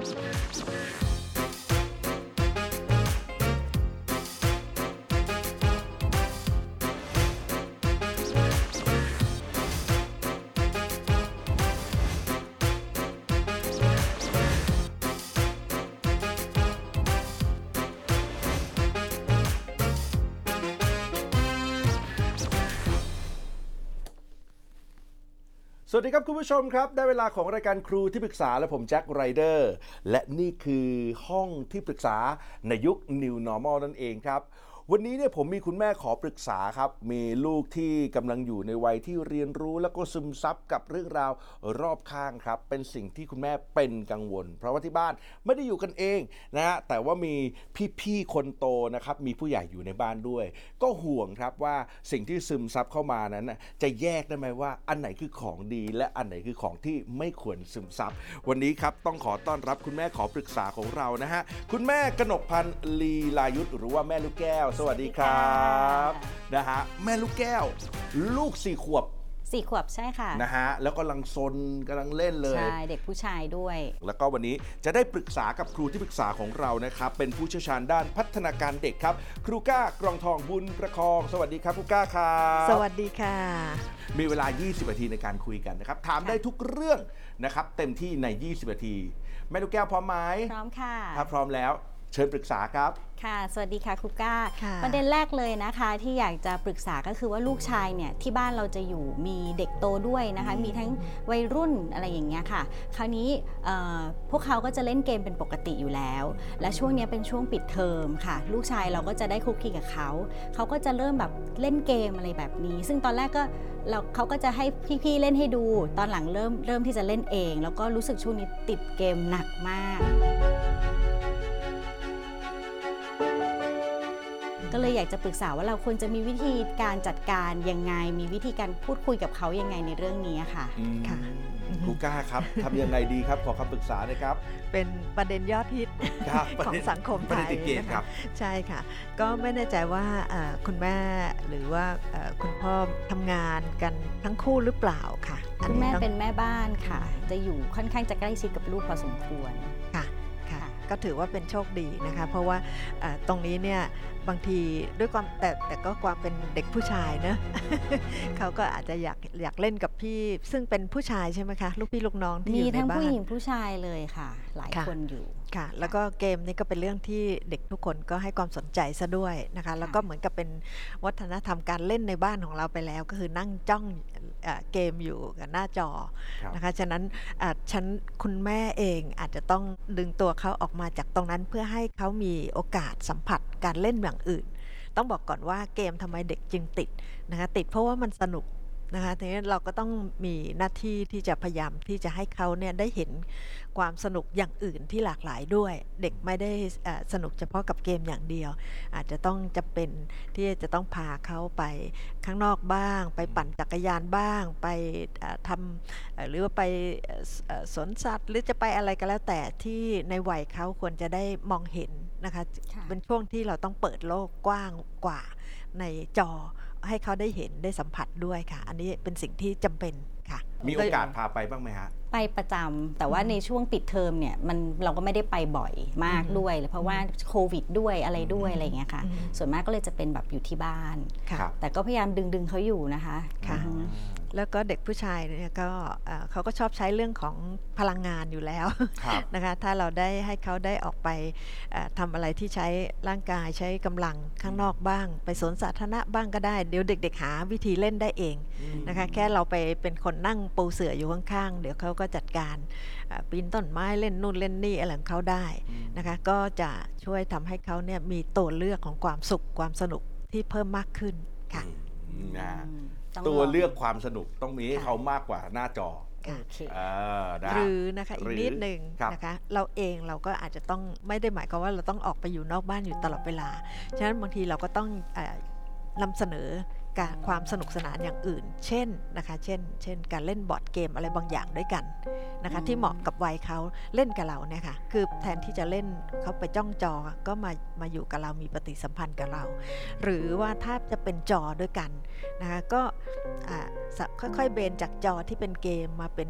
สวัสดีครับคุณผู้ชมครับได้เวลาของรายการครูที่ปรึกษาและผมแจ็คไรเดอร์และนี่คือห้องที่ปรึกษาในยุค New Normal นั่นเองครับวันนี้เนี่ยผมมีคุณแม่ขอปรึกษาครับมีลูกที่กำลังอยู่ในวัยที่เรียนรู้แล้วก็ซึมซับกับเรื่องราวรอบข้างครับเป็นสิ่งที่คุณแม่เป็นกังวลเพราะว่าที่บ้านไม่ได้อยู่กันเองนะฮะแต่ว่ามีพี่ๆคนโตนะครับมีผู้ใหญ่อยู่ในบ้านด้วยก็ห่วงครับว่าสิ่งที่ซึมซับเข้ามานั้นจะแยกได้ไหมว่าอันไหนคือของดีและอันไหนคือของที่ไม่ควรซึมซับวันนี้ครับต้องขอต้อนรับคุณแม่ขอปรึกษาของเรานะฮะคุณแม่กนกพันธ์ลีลายุทธหรือว่าแม่ลูกแก้วสวัสดีครับนะฮะแม่ลูกแก้วลูก4 ขวบใช่ค่ะนะฮะแล้วกำลังซนกำลังเล่นเลยใช่เด็กผู้ชายด้วยแล้วก็วันนี้จะได้ปรึกษากับครูที่ปรึกษาของเรานะครับเป็นผู้เชี่ยวชาญด้านพัฒนาการเด็กครับครูก้ากรองทองบุญประคองสวัสดีครับครูก้าครับสวัสดีค่ะมีเวลา20 นาทีในการคุยกันนะครับถามได้ทุกเรื่องนะครับเต็มที่ใน20 นาทีแม่ลูกแก้วพร้อมไหมพร้อมค่ะถ้าพร้อมแล้วเชิญปรึกษาครับค่ะสวัสดีค่ะครูก้าประเด็นแรกเลยนะคะที่อยากจะปรึกษาก็คือว่าลูกชายเนี่ยที่บ้านเราจะอยู่มีเด็กโตด้วยนะคะมีทั้งวัยรุ่นอะไรอย่างเงี้ยค่ะคราวนี้พวกเขาก็จะเล่นเกมเป็นปกติอยู่แล้วและช่วงนี้เป็นช่วงปิดเทอมค่ะลูกชายเราก็จะได้คุกคีกับเขาก็จะเริ่มแบบเล่นเกมอะไรแบบนี้ซึ่งตอนแรกก็เขาก็จะให้พี่ๆเล่นให้ดูตอนหลังเริ่มที่จะเล่นเองแล้วก็รู้สึกช่วงนี้ติดเกมหนักมากก็เลยอยากจะปรึกษาว่าเราควรจะมีวิธีการจัดการยังไงมีวิธีการพูดคุยกับเขายังไงในเรื่องนี้ค่ะค่ะครูก้าครับทำยังไงดีครับขอคำปรึกษาเลยครับเป็นประเด็นยอดฮิตของสังคมไทยนะคะใช่ค่ะก็ไม่แน่ใจว่าคุณแม่หรือว่าคุณพ่อทำงานกันทั้งคู่หรือเปล่าค่ะคุณแม่เป็นแม่บ้านค่ะจะอยู่ค่อนข้างจะใกล้ชิดกับลูกพอสมควรค่ะก็ถือว่าเป็นโชคดีนะคะเพราะว่าตรงนี้เนี่ยบางทีด้วยความแต่ก็ความเป็นเด็กผู้ชายเนอะ เขาก็อาจจะอยากเล่นกับพี่ซึ่งเป็นผู้ชายใช่ไหมคะลูกพี่ลูกน้องที่อยู่ในบ้านมีทั้งผู้หญิงผู้ชายเลยค่ะหลายคนอยู่ค่ะแล้วก็เกมนี้ก็เป็นเรื่องที่เด็กทุกคนก็ให้ความสนใจซะด้วยนะคะแล้วก็เหมือนกับเป็นวัฒนธรรมการเล่นในบ้านของเราไปแล้วก็คือนั่งจ้องเกมอยู่กับหน้าจอนะคะฉะนั้นคุณแม่เองอาจจะต้องดึงตัวเขาออกมาจากตรงนั้นเพื่อให้เขามีโอกาสสัมผัสการเล่นอย่างอื่นต้องบอกก่อนว่าเกมทำไมเด็กจึงติดนะคะติดเพราะว่ามันสนุกนะคะทีนี้เราก็ต้องมีหน้าที่ที่จะพยายามที่จะให้เขาเนี่ยได้เห็นความสนุกอย่างอื่นที่หลากหลายด้วยเด็กไม่ได้สนุกเฉพาะกับเกมอย่างเดียวอาจจะต้องจำเป็นที่จะต้องพาเขาไปข้างนอกบ้างไปปั่นจักรยานบ้างไปทำหรือว่าไปสวนสัตว์หรือจะไปอะไรก็แล้วแต่ที่ในวัยเขาควรจะได้มองเห็นนะคะเป็นช่วงที่เราต้องเปิดโลกกว้างกว่าในจอให้เขาได้เห็นได้สัมผัสด้วยค่ะอันนี้เป็นสิ่งที่จำเป็นค่ะมีโอกาสพาไปบ้างไหมฮะไปประจำแต่ว่าในช่วงปิดเทอมเนี่ยเราก็ไม่ได้ไปบ่อยมากด้วยเพราะว่าโควิดด้วยอะไรด้วยอะไรอย่างเงี้ยค่ะส่วนมากก็เลยจะเป็นแบบอยู่ที่บ้านแต่ก็พยายามดึงเขาอยู่นะคะค่ะแล้วก็เด็กผู้ชายเนี่ยก็เขาก็ชอบใช้เรื่องของพลังงานอยู่แล้วนะคะถ้าเราได้ให้เขาได้ออกไปทำอะไรที่ใช้ร่างกายใช้กำลังข้างนอกบ้างไปสวนสาธารณะบ้างก็ได้เดี๋ยวเด็กๆหาวิธีเล่นได้เองนะคะแค่เราไปเป็นคนนั่งปูเสื่ออยู่ข้างๆเดี๋ยวเขาก็จัดการปีนต้นไม้เล่นนู่นเล่นนี่อะไรของเขาได้นะคะก็จะช่วยทำให้เขาเนี่ยมีตัวเลือกของความสุขความสนุกที่เพิ่มมากขึ้นค่ะตัวเลือกความสนุกต้องมีให้เขามากกว่าหน้าจอหรือนะคะอีกนิดหนึ่งนะคะเราก็อาจจะต้องไม่ได้หมายความว่าเราต้องออกไปอยู่นอกบ้านอยู่ตลอดเวลาฉะนั้นบางทีเราก็ต้องนำเสนอความสนุกสนานอย่างอื่นเช่นนะคะเช่นการเล่นบอร์ดเกมอะไรบางอย่างด้วยกันนะคะที่เหมาะกับวัยเขาเล่นกับเราเนี่ยค่ะคือแทนที่จะเล่นเขาไปจ้องจอก็มาอยู่กับเรามีปฏิสัมพันธ์กับเราหรือว่าถ้าจะเป็นจอด้วยกันนะคะก็ค่อยๆเบนจากจอที่เป็นเกมมาเป็น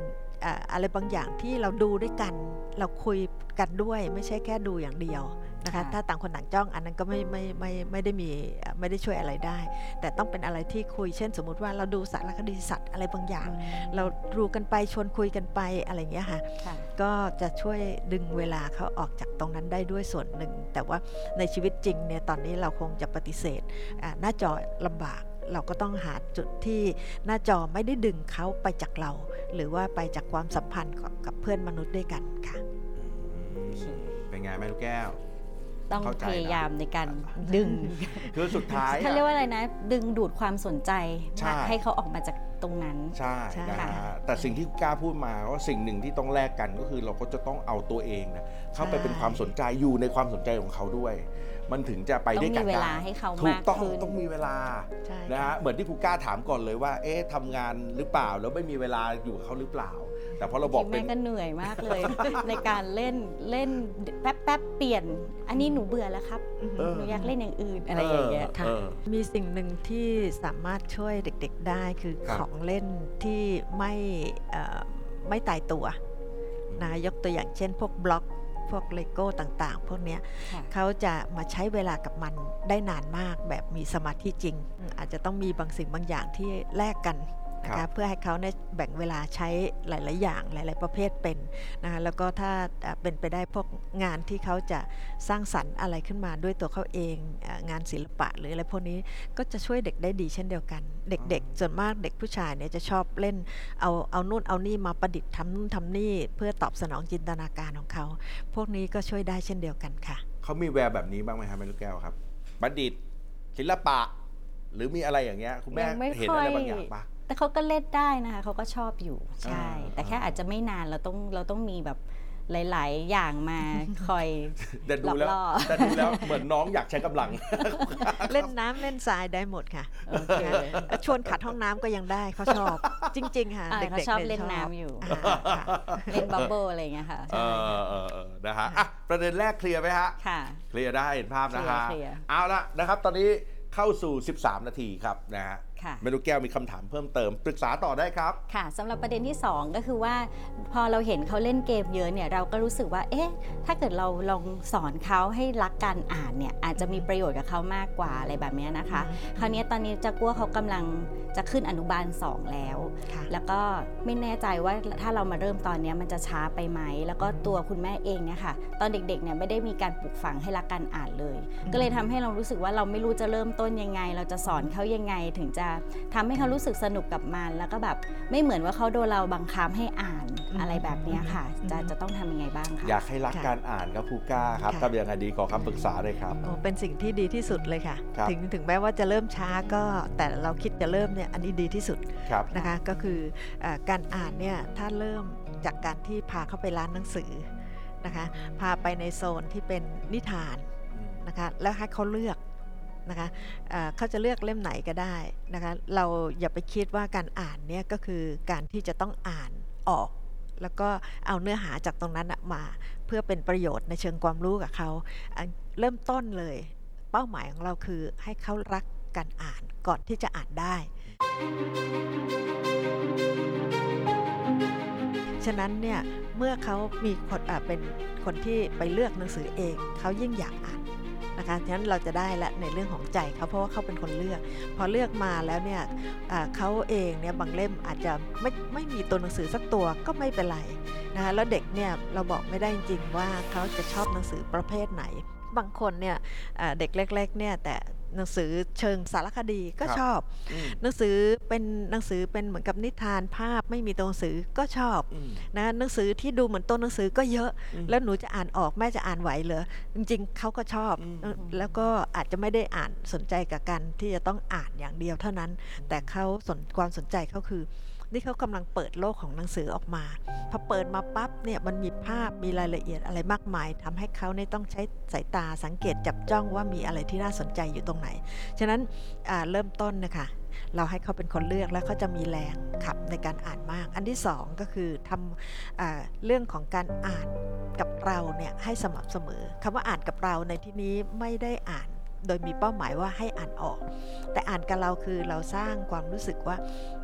อะไรบางอย่างที่เราดูด้วยกันเราคุยกันด้วยไม่ใช่แค่ดูอย่างเดียวนะคะถ้าต่างคนต่างจ้องอันนั้นก็ไม่ได้มีไม่ได้ช่วยอะไรได้แต่ต้องเป็นอะไรที่คุยเช่นสมมุติว่าเราดูสารคดีสัตว์อะไรบางอย่างเราดูกันไปชวนคุยกันไปอะไรอย่างเงี้ยค่ะก็จะช่วยดึงเวลาเขาออกจากตรงนั้นได้ด้วยส่วนหนึ่งแต่ว่าในชีวิตจริงเนี่ยตอนนี้เราคงจะปฏิเสธหน้าจอลำบากเราก็ต้องหาจุดที่หน้าจอไม่ได้ดึงเขาไปจากเราหรือว่าไปจากความสัมพันธ์กับเพื่อนมนุษย์ด้วยกันค่ะเป็นไงแม่ลูกแก้วต้องพยายามในการดึงคือสุดท้ายเขาเรียกว่าอะไรนะดึงดูดความสนใจให้เขาออกมาจากตรงนั้นใช่นะฮะแต่สิ่งที่กล้าพูดมาว่าสิ่งหนึ่งที่ต้องแลกกันก็คือเราก็จะต้องเอาตัวเองนะเข้าไปเป็นความสนใจอยู่ในความสนใจของเขาด้วยมันถึงจะไปได้กันได้ต้องมีเวลาให้เขาถูกต้องมากขึ้นต้องมีเวลานะฮะเหมือนที่ครูกล้าถามก่อนเลยว่าทำงานหรือเปล่าแล้วไม่มีเวลาอยู่กับเขาหรือเปล่าแต่พอเราบอกเป็นแม่ก็เหนื่อยมากเลย ในการเล่นแป๊บเปลี่ยนอันนี้หนูเบื่อแล้วครับหนูอยากเล่นอย่างอื่นอะไรอย่างเงี้ยค่ะมีสิ่งหนึ่งที่สามารถช่วยเด็กๆได้คือของเล่นที่ไม่ตายตัวนะยกตัวอย่างเช่นพวกบล็อกพวกเลโก้ต่างๆพวกนี้เขาจะมาใช้เวลากับมันได้นานมากแบบมีสมาธิจริงอาจจะต้องมีบางสิ่งบางอย่างที่แลกกันนะคะเพื่อให้เขาเนี่ยแบ่งเวลาใช้หลายๆอย่างหลายๆประเภทเป็นนะคะแล้วก็ถ้าเป็นไปได้พวกงานที่เขาจะสร้างสรรค์อะไรขึ้นมาด้วยตัวเขาเองงานศิลปะหรืออะไรพวกนี้ก็จะช่วยเด็กได้ดีเช่นเดียวกันเด็กๆส่วนมากเด็กผู้ชายเนี่ยจะชอบเล่นเอานู่นเอานี่มาประดิษฐ์ทำนู่นทำนี่เพื่อตอบสนองจินตนาการของเขาพวกนี้ก็ช่วยได้เช่นเดียวกันค่ะเขามีแววแบบนี้บ้างไหมครับแม่ลูกแก้วครับประดิษฐ์ศิลปะหรือมีอะไรอย่างเงี้ยคุณแม่เห็นอะไรบางอย่างปะแต่เขาก็เล่นได้นะคะเขาก็ชอบอยู่ใช่แต่แค่อาจจะไม่นานเราต้องมีแบบหลายๆอย่างมาคอยหลอกล่อแต่ดูแล้วเหมือนน้องอยากใช้กำลังเล่นน้ำเล่นทรายได้หมดค่ะชวนขัดห้องน้ำก็ยังได้เขาชอบจริงๆค่ะเด็กๆชอบเล่นน้ำอยู่เล่นบับเบิ้ลอะไรอย่างเงี้ยค่ะนะฮะประเด็นแรกเคลียร์ไหมฮะค่ะเคลียร์ได้เห็นภาพนะฮะเอาละนะครับตอนนี้เข้าสู่13นาทีครับนะฮะแม่ลูกแก้วมีคำถามเพิ่มเติมปรึกษาต่อได้ครับค่ะสำหรับประเด็นที่2ก็คือว่าพอเราเห็นเขาเล่นเกมเยอะเนี่ยเราก็รู้สึกว่าถ้าเกิดเราลองสอนเขาให้รักการอ่านเนี่ยอาจจะมีประโยชน์กับเขามากกว่าอะไรแบบนี้นะคะคราวนี้ตอนนี้จักกัวเขากำลังจะขึ้นอนุบาล2แล้วแล้วก็ไม่แน่ใจว่าถ้าเรามาเริ่มตอนนี้มันจะช้าไปไหมแล้วก็ตัวคุณแม่เองเนี่ยค่ะตอนเด็กๆเนี่ยไม่ได้มีการปลูกฝังให้รักการอ่านเลยก็เลยทำให้เรารู้สึกว่าเราไม่รู้จะเริ่มต้นยังไงเราจะสอนเขายังไงถึงจะทำให้เขารู้สึกสนุกกับมันแล้วก็แบบไม่เหมือนว่าเขาโดนเราบังคับให้อ่านอะไรแบบนี้ค่ะจะต้องทำยังไงบ้างคะอยากให้รักการอ่านครับครูก้าครับทำยังไงดีขอคำปรึกษาเลยครับเป็นสิ่งที่ดีที่สุดเลยค่ะถึงแม้ว่าจะเริ่มช้าก็แต่เราคิดจะเริ่มเนี่ยอันนี้ดีที่สุดนะคะก็คือการอ่านเนี่ยถ้าเริ่มจากการที่พาเขาไปร้านหนังสือนะคะพาไปในโซนที่เป็นนิทานนะคะแล้วให้เขาเลือกนะคะเขาจะเลือกเล่มไหนก็ได้นะคะเราอย่าไปคิดว่าการอ่านเนี่ยก็คือการที่จะต้องอ่านออกแล้วก็เอาเนื้อหาจากตรงนั้นมาเพื่อเป็นประโยชน์ในเชิงความรู้กับเขาเริ่มต้นเลยเป้าหมายของเราคือให้เขารักการอ่านก่อนที่จะอ่านได้ฉะนั้นเนี่ยเมื่อเขามีคนเป็นคนที่ไปเลือกหนังสือเองเขายิ่งอยากอ่านนะคะฉะนั้นเราจะได้ละในเรื่องของใจเขาเพราะว่าเขาเป็นคนเลือกพอเลือกมาแล้วเนี่ยเขาเองเนี่ยบางเล่มอาจจะไม่มีตัวหนังสือสักตัวก็ไม่เป็นไรนะคะแล้วเด็กเนี่ยเราบอกไม่ได้จริงๆว่าเขาจะชอบหนังสือประเภทไหนบางคนเนี่ยเด็กเล็กๆเนี่ยแต่หนังสือเชิงสารคดีก็ชอบหนังสือเป็นเหมือนกับนิทานภาพไม่มีตัวหนังสือก็ชอบนะหนังสือที่ดูเหมือนตัวหนังสือก็เยอะแล้วหนูจะอ่านออกแม่จะอ่านไหวเหรอจริงๆเขาก็ชอบแล้วก็อาจจะไม่ได้อ่านสนใจกับการที่จะต้องอ่านอย่างเดียวเท่านั้นแต่เขาความสนใจเขาคือนี่เขากำลังเปิดโลกของหนังสือออกมาพอเปิดมาปั๊บเนี่ยมันมีภาพมีรายละเอียดอะไรมากมายทำให้เขาเนี่ยต้องใช้สายตาสังเกตจับจ้องว่ามีอะไรที่น่าสนใจอยู่ตรงไหนฉะนั้นเริ่มต้นนะคะเราให้เขาเป็นคนเลือกแล้วเขาจะมีแรงขับในการอ่านมากอันที่2ก็คือทำเรื่องของการอ่านกับเราเนี่ยให้สม่ำเสมอคำว่าอ่านกับเราในที่นี้ไม่ได้อ่านโดยมีเป้าหมายว่าให้อ่านออกแต่อ่านกับเราคือเราสร้างความรู้สึกว่า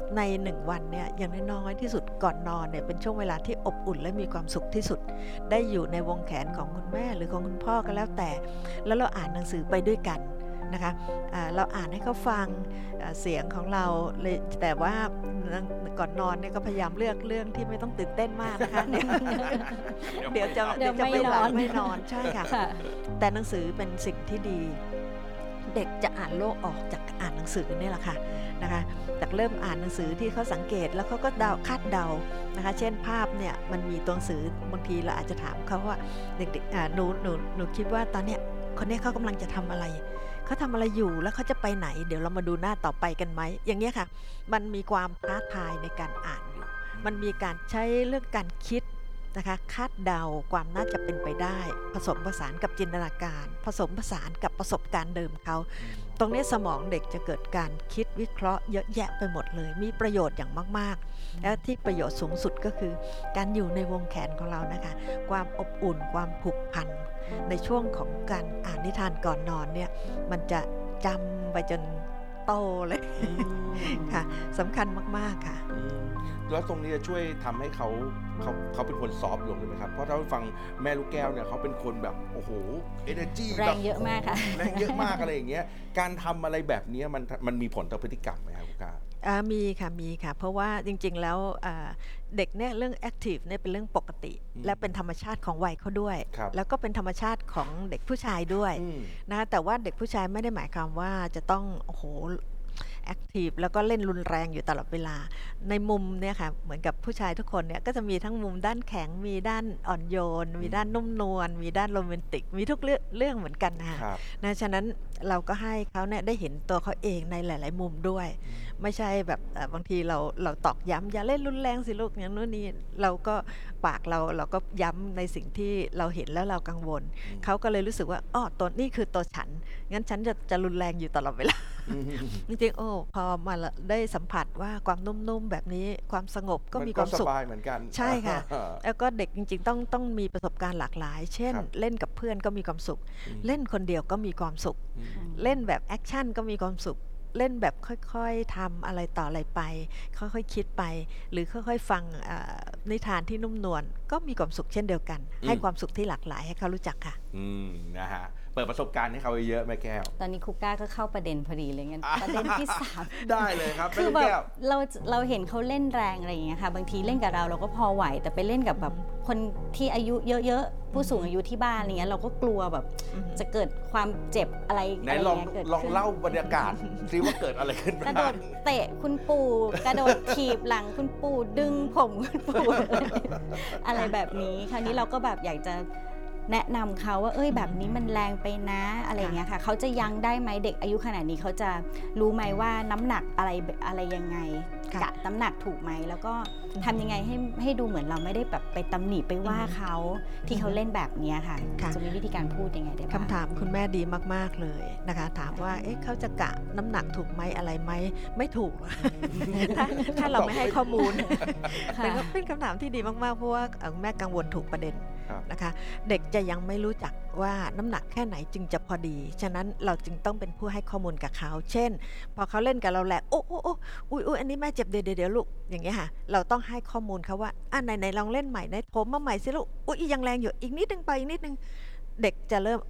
ใน1วันเนี่ยอย่างน้อยๆที่สุดก่อนนอนเนี่ยเป็นช่วงเวลาที่อบอุ่นและมีความสุขที่สุดได้อยู่ในวงแขนของคุณแม่หรือของคุณพ่อก็แล้วแต่แล้วเราอ่านหนังสือไปด้วยกันนะคะเราอ่านให้เขาฟังเสียงของเราเลยแต่ว่าก่อนนอนเนี่ยก็พยายามเลือกเรื่องที่ไม่ต้องตื่นเต้นมากนะคะ เดี๋ยวจะไม่หลับไม่นอนใช่ค่ะแต่หนังสือเป็นสิ่งที่ดีเด็กจะอ่านโลกออกจากอ่านหนังสือนี่แหละค่ะนะคะจากเริ่มอ่านหนังสือที่เขาสังเกตแล้วเขาก็คาดเดานะคะเช่นภาพเนี่ยมันมีตัวหนังสือบางทีเราอาจจะถามเขาว่าเด็กๆหนูคิดว่าตอนเนี้ยคนนี้เขากำลังจะทำอะไรเขาทำอะไรอยู่แล้วเขาจะไปไหนเดี๋ยวเรามาดูหน้าต่อไปกันไหมอย่างเงี้ยค่ะมันมีความท้าทายในการอ่านอยู่มันมีการใช้เรื่องการคิดนะคะคาดเดาความน่าจะเป็นไปได้ผสมผสานกับจินตนาการผสมผสานกับประสบการณ์เดิมเขาตรงนี้สมองเด็กจะเกิดการคิดวิเคราะห์เยอะแยะไปหมดเลยมีประโยชน์อย่างมากๆและที่ประโยชน์สูงสุดก็คือการอยู่ในวงแขนของเรานะคะความอบอุ่นความผูกพันในช่วงของการอ่านนิทานก่อนนอนเนี่ยมันจะจำไปจนโตเลยค่ะสำคัญมากๆค่ะแล้วตรงนี้จะช่วยทำให้เขาเป็นคนซอฟต์ลงเลยไหมครับเพราะถ้าฟังแม่ลูกแก้วเนี่ยเขาเป็นคนแบบโอ้โห energy แรงเยอะมากค่ะแรงเยอะมากอะไรอย่างเงี้ยการทำอะไรแบบนี้มันมีผลต่อพฤติกรรมไหมครับคุณกามีค่ะเพราะว่าจริงๆแล้วเด็กเนี่ยเรื่องแอคทีฟเนี่ยเป็นเรื่องปกติและเป็นธรรมชาติของวัยเขาด้วยแล้วก็เป็นธรรมชาติของเด็กผู้ชายด้วยนะคะแต่ว่าเด็กผู้ชายไม่ได้หมายความว่าจะต้องโอ้โหแอคทีฟแล้วก็เล่นรุนแรงอยู่ตลอดเวลาในมุมเนี่ยค่ะเหมือนกับผู้ชายทุกคนเนี่ยก็จะมีทั้งมุมด้านแข็งมีด้านอ่อนโยนมีด้านนุ่มนวลมีด้านโรแมนติกมีทุกเรื่องเหมือนกันนะฉะนั้นเราก็ให้เขาเนี่ยได้เห็นตัวเขาเองในหลายๆมุมด้วยไม่ใช่แบบบางทีเราตอกย้ำอย่าเล่นรุนแรงสิลูกอย่างนู้นนี่เราก็ปากเราก็ย้ำในสิ่งที่เราเห็นแล้วเรากังวลเขาก็เลยรู้สึกว่าอ๋อตัวนี่คือตัวฉันงั้นฉันจะรุนแรงอยู่ตลอดเวลาจริงๆพอมาได้สัมผัสว่าความนุ่มๆแบบนี้ความสงบก็มีความสุขสบายเหมือนกันใช่ค่ะแล้วก็เด็กจริงๆต้องมีประสบการณ์หลากหลายเช่นเล่นกับเพื่อนก็มีความสุขเล่นคนเดียวก็มีความสุขเล่นแบบแอคชั่นก็มีความสุขเล่นแบบค่อยๆทำอะไรต่ออะไรไปค่อยๆคิดไปหรือค่อยๆฟังนิทานที่นุ่มนวลก็มีความสุขเช่นเดียวกันให้ความสุขที่หลากหลายให้เขารู้จักค่ะนะฮะเปิดประสบการณ์ให้เขาเยอะแม่แก้วตอนนี้ครูก้าก็เข้าประเด็นพอดีเลยงั้นประเด็นที่3 ได้เลยครับคือแบบเราเห็นเขาเล่นแรงอะไรอย่างเงี้ยค่ะบางทีเล่นกับเราก็พอไหวแต่ไปเล่นกับแบบคนที่อายุเยอะๆผู้สูงอายุที่บ้านอะไรเงี้ยเราก็กลัวแบบจะเกิดความเจ็บอะไรไหนลองเล่าบรรยากาศซิว่าเกิดอะไรขึ้นกระโดดเตะคุณปู่กระโดดถีบหลังคุณปู่ดึงผมคุณปู่อะไรแบบนี้คราวนี้เราก็แบบอยากจะแนะนำเขาว่าแบบนี้มันแรงไปนะอะไรอย่างเงี้ยค่ะเขาจะยั้งได้ไหมเด็กอายุขนาดนี้เขาจะรู้ไหมว่าน้ำหนักอะไรยังไงกะน้ำหนักถูกไหมแล้วก็ทำยังไงให้ดูเหมือนเราไม่ได้แบบไปตำหนิไปว่าเขาที่เขาเล่นแบบนี้ค่ะจะมีวิธีการพูดยังไงได้บ้างคำถามคุณแม่ดีมากๆเลยนะคะถามว่าเขาจะกะน้ำหนักถูกไหมอะไรไหมไม่ถูก ถ้าเราไม่ให้ข้อมูลแต่ก็เป็นคำถามที่ดีมากๆเพราะว่าแม่กังวลถูกประเด็นนะคะเด็กจะยังไม่รู้จักว่าน้ำหนักแค่ไหนจึงจะพอดีฉะนั้นเราจึงต้องเป็นผู้ให้ข้อมูลกับเขาเช่นพอเขาเล่นกับเราแหละโอ้อันนี้แม่เจ็บเดี๋ยวลูกอย่างเงี้ยค่ะเราต้องให้ข้อมูลเขาว่าไหนลองเล่นใหม่ไหนผมมาใหม่สิลูกยังแรงอยู่อีกนิดนึงไปอีกนิดนึงเด็กจะเริ่ม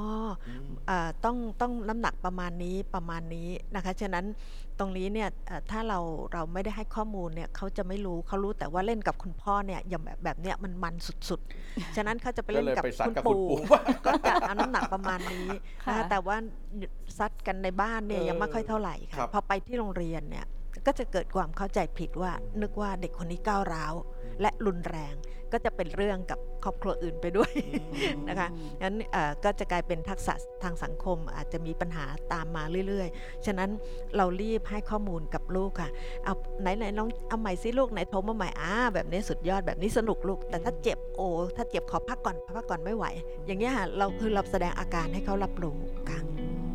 ต้องน้ำหนักประมาณนี้นะคะฉะนั้นตรงนี้เนี่ยถ้าเราไม่ได้ให้ข้อมูลเนี่ยเขาจะไม่รู้เขารู้แต่ว่าเล่นกับคุณพ่อเนี่ยอย่างแบบเนี้ยมันสุดๆฉะนั้นเขาจะไปเล่นกับคุณปู่ก็จะเอาน้ำหนักประมาณนี้นะคะแต่ว่าซัดกันในบ้านเนี่ยยังไม่ค่อยเท่าไหร่ค่ะพอไปที่โรงเรียนเนี่ยก็จะเกิดความเข้าใจผิดว่านึกว่าเด็กคนนี้ก้าวร้าวและรุนแรงก็จะเป็นเรื่องกับครอบครัวอื่นไปด้วยนะคะงั้นก็จะกลายเป็นทักษะทางสังคมอาจจะมีปัญหาตามมาเรื่อยๆฉะนั้นเรารีบให้ข้อมูลกับลูกค่ะเอาไหนลองเอาใหม่สิลูกไหนโทรมาใหม่แบบนี้สุดยอดแบบนี้สนุกลูกแต่ถ้าเจ็บถ้าเจ็บขอพักก่อนไม่ไหวอย่างเงี้ยค่ะเราแสดงอาการให้เขารับรู้ค่ะ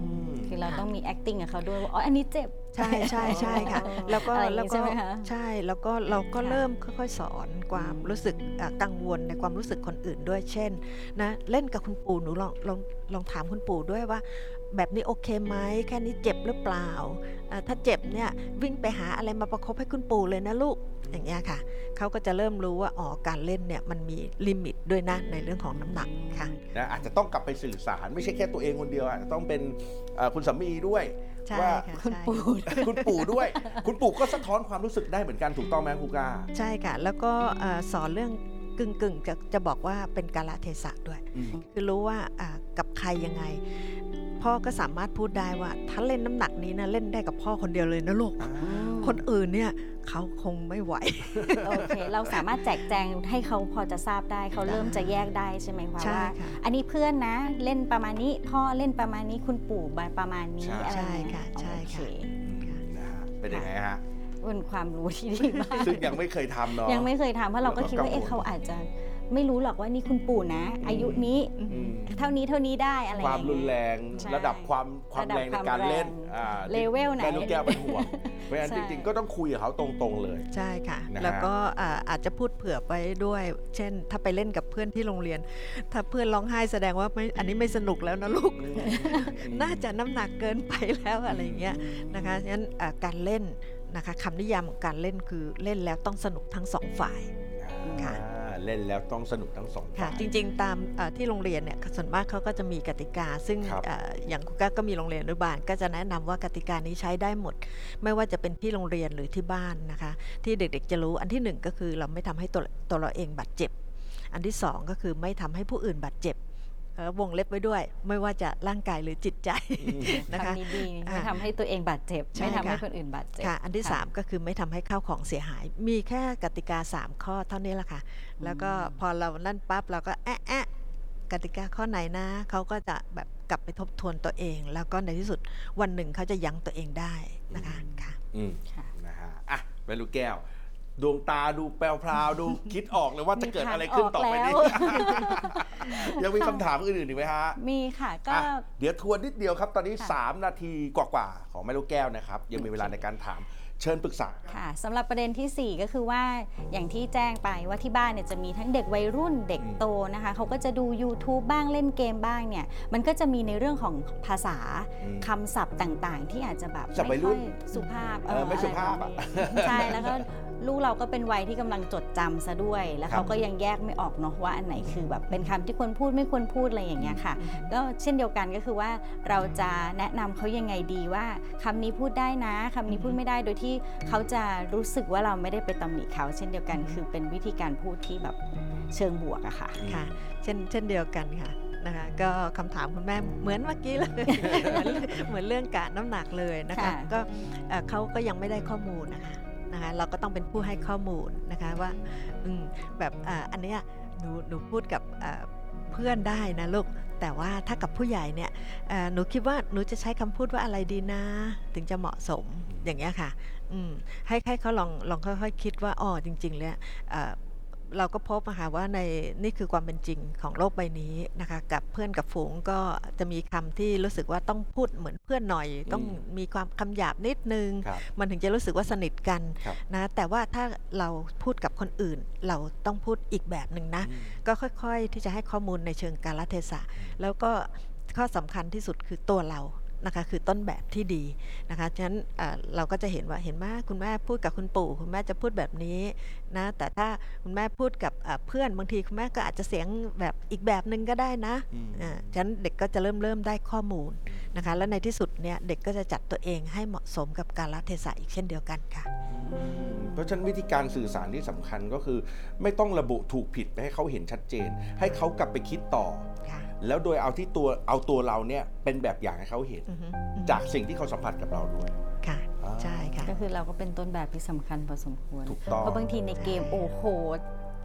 คือเราต้องมี acting กับเขาด้วยว่าอ๋ออันนี้เจ็บใช่ใช่ใช่ค่ะ แล้วก็อะไรอย่างแล้วงี้ก็ใช่ไหมคะใช่แล้วก็เราก็ค่ะเริ่มค่อยๆสอนความรู้สึกกังวลในความรู้สึกคนอื่นด้วยเช่นนะเล่นกับคุณปู่หนูลองถามคุณปู่ด้วยว่า แบบนี้โอเคไหมแค่นี้เจ็บหรือเปล่าถ้าเจ็บเนี่ยวิ่งไปหาอะไรมาประคบให้คุณปู่เลยนะลูกอย่างเงี้ยค่ะเขาก็จะเริ่มรู้ว่าอ๋อการเล่นเนี่ยมันมีลิมิตด้วยนะในเรื่องของน้ำหนักค่ะนะอาจจะต้องกลับไปสื่อสารไม่ใช่แค่ตัวเองคนเดียวอาจจะต้องเป็นคุณสามีด้วยใช่ว่าค่ะคุณใช่ปู่คุณปู่ด้วย คุณปู่ก็สะท้อนความรู้สึกได้เหมือนกันถูกต้องไหมครูก้าใช่ค่ะแล้วก็สอนเรื่องกึ่งจะบอกว่าเป็นกาลเทศะด้วยอืมคือรู้ว่ากับใครยังไง พ่อก็สามารถพูดได้ว่าถ้าเล่นน้ำหนักนี้นะเล่นได้กับพ่อคนเดียวเลยนะลูก คนอื่นเนี่ยเขาคงไม่ไหวโอเคเราสามารถแจกแจงให้เขาพอจะทราบได้เขาเริ่มจะแยกได้ใช่ไหมคะใช่ว่าค่ะอันนี้เพื่อนนะเล่นประมาณนี้พ่อเล่นประมาณนี้คุณปู่ประมาณนี้ใช่อะไรอย่างเงี้ยใช่ค่ะโอเคนะฮะเป็นยังไงฮะเป็นความรู้ที่ดีมากซึ่งยังไม่เคยทำเนาะยังไม่เคยทำเพราะเราก็คิดว่าแล้วก็กังวลเขาอาจจะไม่รู้หรอกว่านี่คุณปู่นะ อายุนี้อืมเท่านี้ได้อะไรอความย่างรุนเงี้ยแรงใช่ระดับความแรงในการเล่นระดับความแรงเลเวลไหนแม่ลูกแก้วเป็นห่วงเพราะฉะนั้นใช่จริงๆก็ต้องคุยกับเขาตรงๆเลยใช่ค่ะนะฮะแล้วก็อาจจะพูดเผื่อไปด้วย เช่น ถ้าไปเล่นกับเพื่อนที่โรงเรียน ถ้าเพื่อนร้องไห้แสดงว่าอันนี้ไม่สนุกแล้วนะลูก น่าจะน้ำหนักเกินไปแล้วอะไรอย่างเงี้ยนะคะฉะนั้นการเล่นนะคะคำนิยามของการเล่นคือเล่นแล้วต้องสนุกทั้งสองฝ่าย ค่ะเล่นแล้วต้องสนุกทั้งสองค่ะฝ่ายจริงๆตามที่โรงเรียนเนี่ยส่วนมากเขาก็จะมีกติกา ซึ่งครับอย่างครูก้าก็มีโรงเรียนอนุบาลก็จะแนะนำว่ากติกานี้ใช้ได้หมด ไม่ว่าจะเป็นที่โรงเรียนหรือที่บ้านนะคะ ที่เด็กๆจะรู้อันที่หนึ่งก็คือเราไม่ทำให้ตัวเราเองบาดเจ็บ อันที่สองก็คือไม่ทำให้ผู้อื่นบาดเจ็บวงเล็บไว้ด้วย ไม่ว่าจะร่างกายหรือจิตใจนะคะคำนี้ดีไม่ทำให้ตัวเองบาดเจ็บใช่ไม่ทำให้ค่ะคนอื่นบาดเจ็บค่ะ อันที่ค่ะ 3 ก็คือไม่ทำให้ข้าวของเสียหาย มีแค่กติกา 3 ข้อเท่านี้แหละค่ะ แล้วก็พอเรานั่นปั๊บเราก็กติกาข้อไหนนะ เขาก็จะแบบกลับไปทบทวนตัวเอง แล้วก็ในที่สุดวันหนึ่งเขาจะยั้งตัวเองได้นะคะค่ะอืมค่ะนะฮะอ่ะแม่ลูกแก้ว ดวงตาดูแปลวพราวดูคิดออกเลยว่าจะเกิดอะไรขึ้นต่อไปนี้มีทางออกแล้วยังมีคำถามอื่นๆอีกไหมฮะมีค่ะก็อ่ะเดี๋ยวทวนนิดเดียวครับ ตอนนี้ค่ะ 3 นาทีกว่าๆของแม่ลูกแก้วนะครับ ยังมีเวลาในการถามเชิญปรึกษาค่ะสำหรับประเด็นทีสี่ 4 ก็คือว่าอย่างที่แจ้งไปว่าที่บ้านเนี่ยจะมีทั้งเด็กวัยรุ่นเด็กโตนะคะเขาก็จะดู YouTube บ้างเล่นเกมบ้างเนี่ยมันก็จะมีในเรื่องของภาษาอืมคำศัพท์ต่างๆ ที่อาจจะแบบศัพท์วัยรุ่นไม่ค่อยสุภาพไม่สุภาพอะไรอ่ะแบบนี้ใช่แล้วก็ลูกเราก็เป็นวัยที่กำลังจดจำซะด้วย แล้วครับเขาก็ยังแยกไม่ออกเนาะว่าอันไหนคือแบบเป็นคำที่ควรพูดไม่ควรพูดอะไรอย่างเงี้ยค่ะ ก็เช่นเดียวกันก็คือว่าเราจะแนะนำเขายังไงดีว่าคำนี้พูดได้นะคำนี้พูดไม่ได้โดยที่เขาจะรู้สึกว่าเราไม่ได้ไปตำหนิเขาเช่นเดียวกันคือเป็นวิธีการพูดที่แบบเชิงบวกอะค่ะค่ะเช่นเดียวกันค่ะนะคะก็คำถามคุณแม่เหมือนเมื่อกี้เลย เหมือนเรื่องกะน้ำหนักเลยนะคะค่ะก็เขาก็ยังไม่ได้ข้อมูลนะคะเราก็ต้องเป็นผู้ให้ข้อมูลนะคะว่าแบบอันเนี้ยหนูพูดกับเพื่อนได้นะลูกแต่ว่าถ้ากับผู้ใหญ่เนี่ยหนูคิดว่าหนูจะใช้คำพูดว่าอะไรดีนะถึงจะเหมาะสมอย่างเงี้ยค่ะให้เขาลองค่อยๆคิดว่าอ๋อจริงๆแล้วเราก็พบนะคะว่านี่คือความเป็นจริงของโลกใบนี้นะคะกับเพื่อนกับฝูงก็จะมีคำที่รู้สึกว่าต้องพูดเหมือนเพื่อนหน่อย ต้องมีความคำหยาบนิดนึงครับมันถึงจะรู้สึกว่าสนิทกันครับนะแต่ว่าถ้าเราพูดกับคนอื่น เราต้องพูดอีกแบบหนึ่งนะ ก็ค่อยๆที่จะให้ข้อมูลในเชิงกาลเทศะแล้วก็ข้อสำคัญที่สุดคือตัวเรานะคะคือต้นแบบที่ดีนะคะฉะนั้นเราก็จะเห็นว่าเห็นไหมคุณแม่พูดกับคุณปู่คุณแม่จะพูดแบบนี้นะแต่ถ้าคุณแม่พูดกับเพื่อนบางทีคุณแม่ก็อาจจะเสียงแบบอีกแบบหนึ่งก็ได้นะฉะนั้นเด็กก็จะเริ่มได้ข้อมูลนะคะและในที่สุดเนี่ยเด็กก็จะจัดตัวเองให้เหมาะสมกับกาลเทศะอีกเช่นเดียวกันค่ะเพราะฉะนั้นวิธีการสื่อสารที่สำคัญก็คือ ไม่ต้องระบุถูกผิดไปให้เขาเห็นชัดเจน ให้เขากลับไปคิดต่อค่ะแล้วโดยเอาตัวเราเนี่ยเป็นแบบอย่างให้เขาเห็นอือฮึจากสิ่งที่เขาสัมผัสกับเราด้วยค่ะ ใช่ค่ะก็คือเราก็เป็นต้นแบบที่สำคัญพอสมควรถูกต้องเพราะบางทีในเกมโอ้โห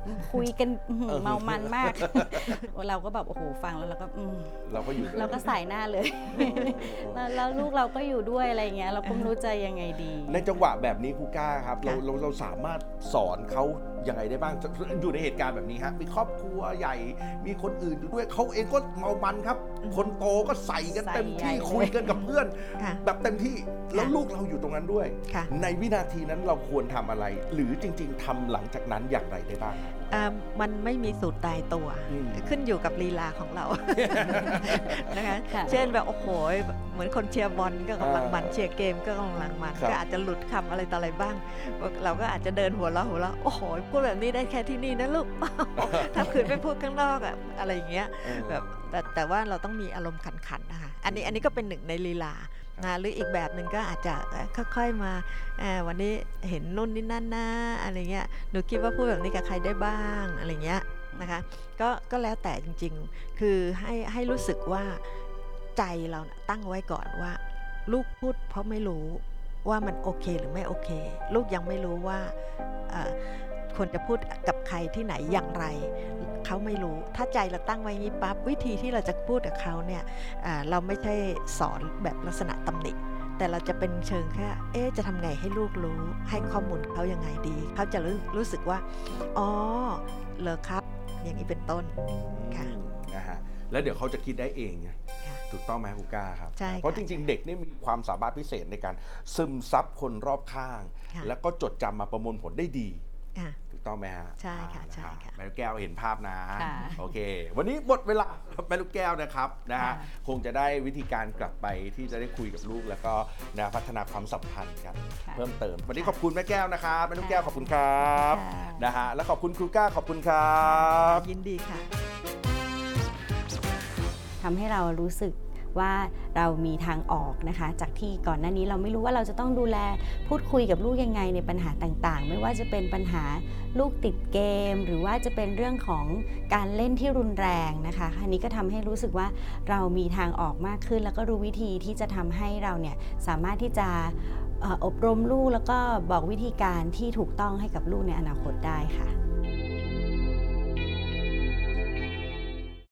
คุยกันเมามันมาก เราก็แบบโอ้โหฟังแล้วเราก็เราก็อยู่ด้วยเราก็ใส่หน้าเลย แล้วลูกเราก็อยู่ด้วยอะไรเงี้ยเราก็ไม่รู้จะยังไงดีในจังหวะแบบนี้ครูก้าครับค่ะเราสามารถสอนเขายังไงได้บ้างอยู่ในเหตุการณ์แบบนี้ฮะมีครอบครัวใหญ่มีคนอื่นอยู่ด้วยเขาเองก็เมามันครับ คนโตก็ใส่กันเต็มที่ใส่ใหญ่เลยคุยกันกับเพื่อนค่ะแบบเต็มที่แล้วลูกเราอยู่ตรงนั้นด้วยค่ะในวินาทีนั้นเราควรทำอะไร หรือจริง ๆทำหลังจากนั้นอย่างไรได้บ้างมันไม่มีสูตรตายตัวอืมขึ้นอยู่กับลีลาของเรา นะคะค่ะเช่นแบบโอ้โหเหมือนคนเชียร์บอลก็กำลังมันอ่าเชียร์เกมก็กำลังมันครับก็อาจจะหลุดคำอะไรต่ออะไรบ้าง เราก็อาจจะเดินหัวเราะโอ้โหพูดแบบนี้ได้แค่ที่นี่นะลูก ถ้าขืนไปพูดข้างนอกอะอะไรอย่างเงี้ย แบบแต่ว่าเราต้องมีอารมณ์ขันๆนะคะอันนี้ก็เป็นหนึ่งในลีลานะหรืออีกแบบหนึ่งก็อาจจะค่อยๆมาวันนี้เห็นนู่นนี่นั่นนะอะไรเงี้ยหนูคิดว่าพูดแบบนี้กับใครได้บ้างอะไรเงี้ยนะคะก็แล้วแต่จริงๆคือให้รู้สึกว่าใจเราน่ะตั้งไว้ก่อนว่า ลูกพูดเพราะไม่รู้ว่ามันโอเคหรือไม่โอเค ลูกยังไม่รู้ว่าควรจะพูดกับใครที่ไหนอย่างไรเขาไม่รู้ถ้าใจเราตั้งไว้งี้ปั๊บวิธีที่เราจะพูดกับเขาเนี่ยเราไม่ใช่สอนแบบลักษณะตำหนิแต่เราจะเป็นเชิงแค่จะทำไงให้ลูกรู้ให้ข้อมูลเขายังไงดีเขาจะรู้สึกว่าอ๋อเหรอครับอย่างนี้เป็นต้นค่ะนะฮะแล้วเดี๋ยวเขาจะคิดได้เองไงค่ะถูกต้องไหมครูก้าครับใช่ค่ะเพราะจริงๆ เด็กนี่มีความสามารถพิเศษในการซึมซับคนรอบข้างค่ะแล้วก็จดจำมาประมวลผลได้ดีค่ะถูกต้องไหมฮะใช่ค่ะนใช่ค่ะแม่ลูกแก้วเห็นภาพนะค่ะโอเค วันนี้หมดเวลาแม่ลูกแก้วนะครับนะฮะค่ะคงจะได้วิธีการกลับไปที่จะได้คุยกับลูกแล้วก็นะพัฒนาความสัมพันธ์กันค่ะเพิ่มเติม วันนี้ขอบคุณแม่แก้วนะครับแม่ลูกแก้วขอบคุณครับค่ะนะฮะแล้วขอบคุณครูก้าขอบคุณครับยินดีค่ะทำให้เรารู้สึกว่าเรามีทางออกนะคะ จากที่ก่อนหน้านี้เราไม่รู้ว่าเราจะต้องดูแลพูดคุยกับลูกยังไงในปัญหาต่างๆ ไม่ว่าจะเป็นปัญหาลูกติดเกม หรือว่าจะเป็นเรื่องของการเล่นที่รุนแรงนะคะอันนี้ก็ทำให้รู้สึกว่าเรามีทางออกมากขึ้น แล้วก็รู้วิธีที่จะทำให้เราเนี่ยสามารถที่จะอบรมลูกแล้วก็บอกวิธีการที่ถูกต้องให้กับลูกในอนาคตได้ค่ะ